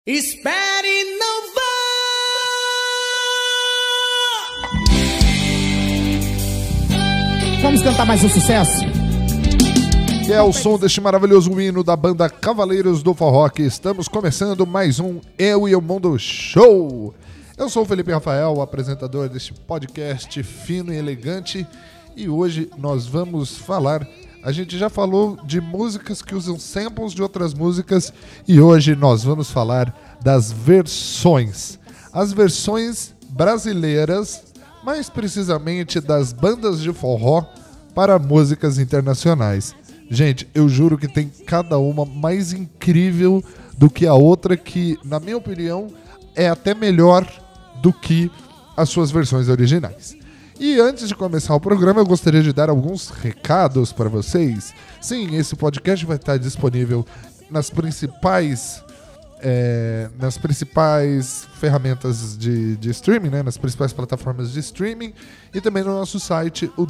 Espere e não vá! Vamos cantar mais um sucesso? Que é o som deste maravilhoso hino da banda Cavaleiros do Forró, que estamos começando mais um Eu e o Mundo Show. Eu sou o Felipe Rafael, o apresentador deste podcast fino e elegante, e hoje nós vamos falar... A gente já falou de músicas que usam samples de outras músicas e hoje nós vamos falar das versões. As versões brasileiras, mais precisamente das bandas de forró para músicas internacionais. Gente, eu juro que tem cada uma mais incrível do que a outra, que, na minha opinião, é até melhor do que as suas versões originais. E antes de começar o programa, eu gostaria de dar alguns recados para vocês. Sim, esse podcast vai estar disponível nas principais ferramentas de streaming, né? Nas principais plataformas de streaming, e também no nosso site, o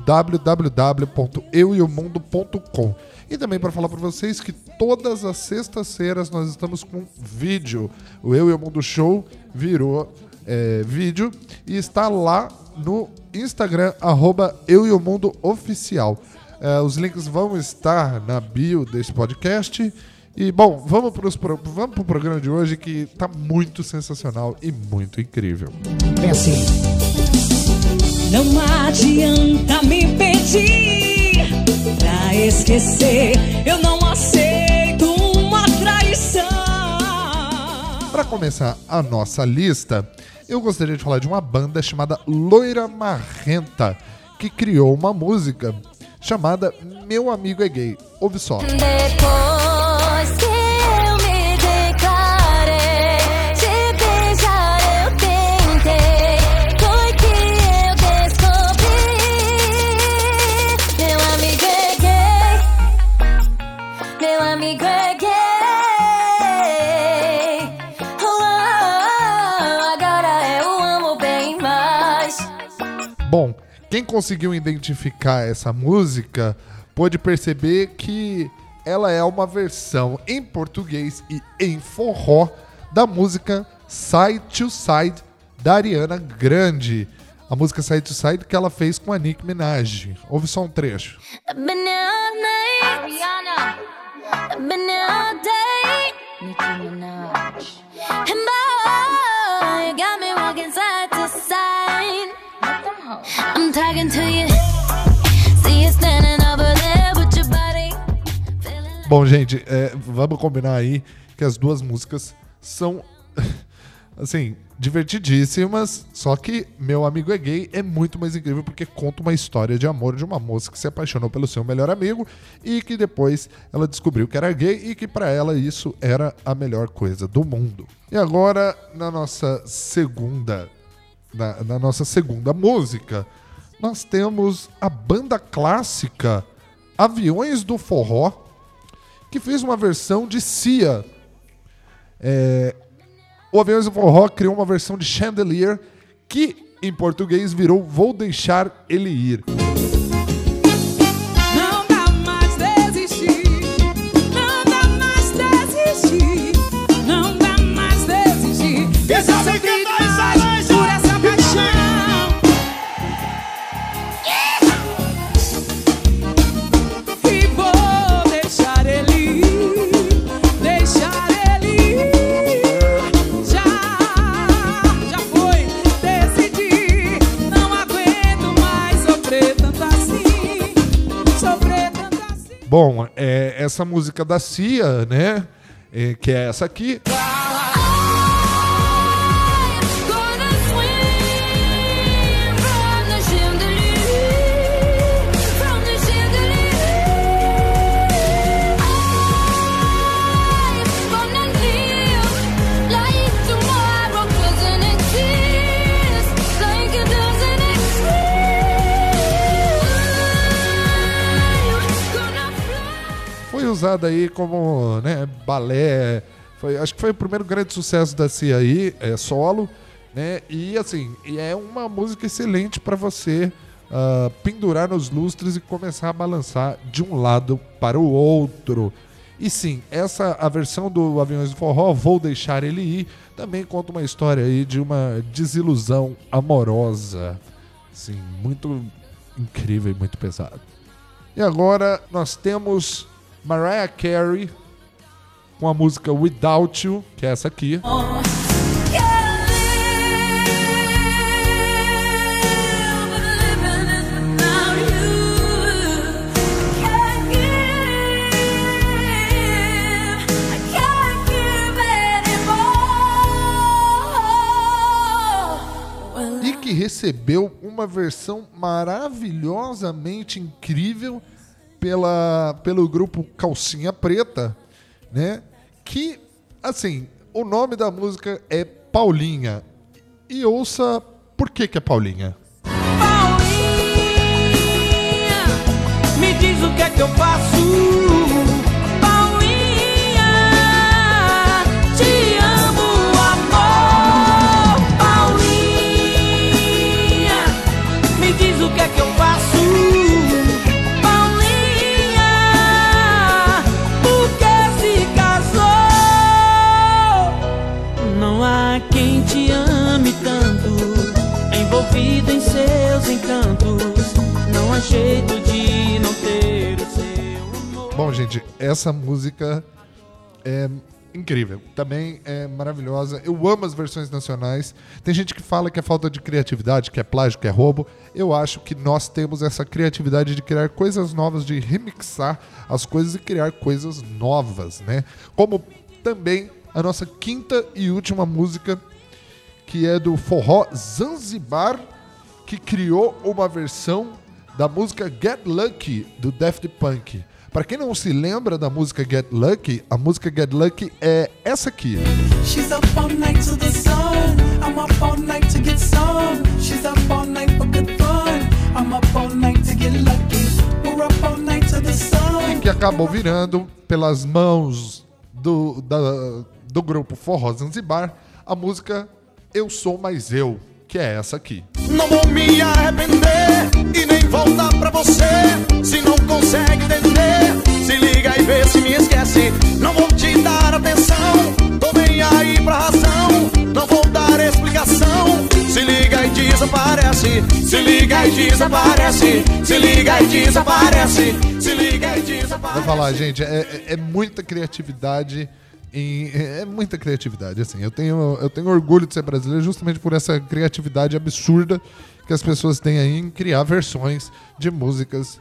www.eueomundo.com. E também para falar para vocês que todas as sextas-feiras nós estamos com vídeo. O Eu e o Mundo Show virou vídeo e está lá no Instagram, @eueomundoOficial. Os links vão estar na bio desse podcast. E, bom, vamos pro programa de hoje, que tá muito sensacional e muito incrível. É assim. Não adianta me pedir pra esquecer, eu não aceito uma traição. Para começar a nossa lista, eu gostaria de falar de uma banda chamada Loira Marrenta, que criou uma música chamada Meu Amigo é Gay. Ouve só. Depois que eu me declarei, te beijar eu tentei, foi que eu descobri. Meu amigo é gay, meu amigo é gay. Bom, quem conseguiu identificar essa música pôde perceber que ela é uma versão em português e em forró da música Side to Side da Ariana Grande. A música Side to Side que ela fez com a Nicki Minaj. Ouve só um trecho. Nicki Minaj. And boy, you got me walking side to side. I'm talking to you. See you standing over there with your body. Bom, gente, vamos combinar aí que as duas músicas são, assim, divertidíssimas, só que Meu Amigo é Gay é muito mais incrível porque conta uma história de amor de uma moça que se apaixonou pelo seu melhor amigo e que depois ela descobriu que era gay e que pra ela isso era a melhor coisa do mundo. E agora, na nossa segunda música, nós temos a banda clássica Aviões do Forró, que fez uma versão de Cia. O Aviões do Forró criou uma versão de Chandelier, que em português virou Vou Deixar Ele Ir. Não dá mais desistir, não dá mais desistir, não dá mais desistir. Esse sofrimento por essa paixão. E vou deixar ele ir, deixar ele ir. Já foi, decidi. Não aguento mais sofrer tanto assim, sofrer tanto assim. Bom, essa música da Cia, né? Que é essa aqui. Gonna swim from the chandelier, from the chandelier. I'm gonna live like tomorrow doesn't exist, like it doesn't exist. Gonna fly. Foi usada aí como, né, balé. Acho que foi o primeiro grande sucesso da Cia aí, solo, né? E assim, é uma música excelente para você pendurar nos lustres e começar a balançar de um lado para o outro. E sim, a versão do Aviões do Forró, Vou Deixar Ele Ir, também conta uma história aí de uma desilusão amorosa. Sim, muito incrível e muito pesado. E agora nós temos Mariah Carey com a música Without You, que é essa aqui. E que recebeu uma versão maravilhosamente incrível pelo grupo Calcinha Preta, né? Que, assim, o nome da música é Paulinha. E ouça por que é Paulinha. Paulinha, me diz o que é que eu faço. Paulinha, te amo, amor. Paulinha, me diz o que é que eu faço. Quem te ame tanto, envolvido em seus encantos, não há jeito de não ter o seu amor. Bom, gente, essa música é incrível, também é maravilhosa. Eu amo as versões nacionais. Tem gente que fala que é falta de criatividade, que é plágio, que é roubo. Eu acho que nós temos essa criatividade de criar coisas novas, de remixar as coisas e criar coisas novas, né? Como também a nossa quinta e última música, que é do Forró Zanzibar, que criou uma versão da música Get Lucky, do Daft Punk. Para quem não se lembra da música Get Lucky, a música Get Lucky é essa aqui. She's up all night to the sun. I'm up all night to get some. She's up all night for good fun. I'm up all night to get lucky. We're up all night to the sun. E que acabou virando, pelas mãos do grupo Forró Zanzibar, a música Eu Sou Mais Eu, que é essa aqui. Não vou me arrepender e nem voltar pra você. Se não consegue entender, se liga e vê se me esquece. Não vou te dar atenção, tô bem aí pra razão. Não vou dar explicação, se liga e desaparece. Se liga e desaparece. Se liga e desaparece. Se liga e desaparece. Vou falar, gente, é muita criatividade. É muita criatividade, assim. Eu tenho orgulho de ser brasileiro justamente por essa criatividade absurda que as pessoas têm aí em criar versões de músicas,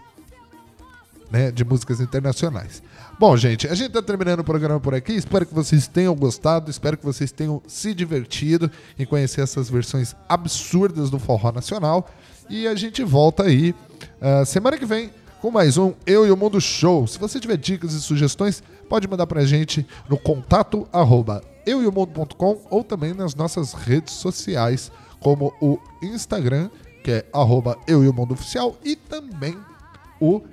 né, de músicas internacionais. Bom, gente, a gente tá terminando o programa por aqui. Espero que vocês tenham gostado, espero que vocês tenham se divertido em conhecer essas versões absurdas do forró nacional. E a gente volta aí semana que vem com mais um Eu e o Mundo Show. Se você tiver dicas e sugestões, pode mandar pra gente no contato@eueomundo.com ou também nas nossas redes sociais, como o Instagram, que é @eueomundooficial, e também o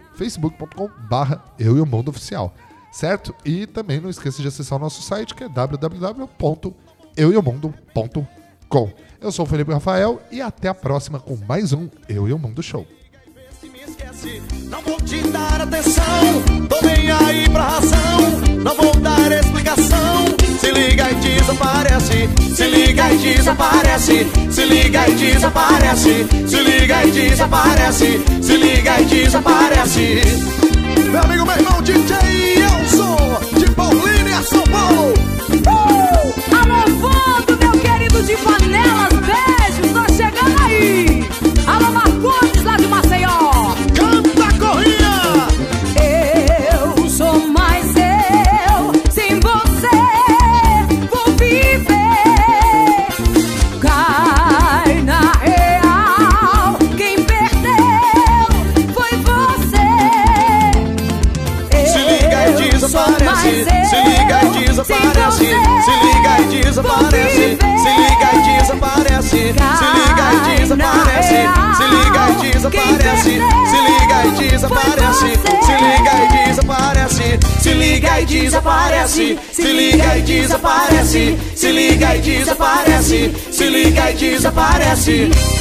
facebook.com/eueomundooficial, certo? E também não esqueça de acessar o nosso site, que é www.eueomundo.com. Eu sou o Felipe Rafael e até a próxima com mais um Eu e o Mundo Show. Não vou te dar atenção, tô bem aí pra razão. Não vou dar explicação, se liga e desaparece. Se liga e desaparece. Se liga e desaparece. Se liga e desaparece. Se liga e desaparece. Meu amigo, meu irmão DJ Elson, de Paulínia, São Paulo. Alô, Vando, meu querido de Panelas, beijos, tô chegando aí. Alô, Marcondes, lá de Maceió. Canta, Corrinha! Eu sou mais eu, sem você vou viver. Cai na real, quem perdeu foi você. Se liga e desaparece. Se liga e desaparece. Se liga e desaparece. Se liga e desaparece. Se liga e desaparece. Se liga e desaparece. Se liga e desaparece. Se liga e desaparece. Se liga e desaparece. Se liga e desaparece. Se liga e desaparece. Se liga e desaparece.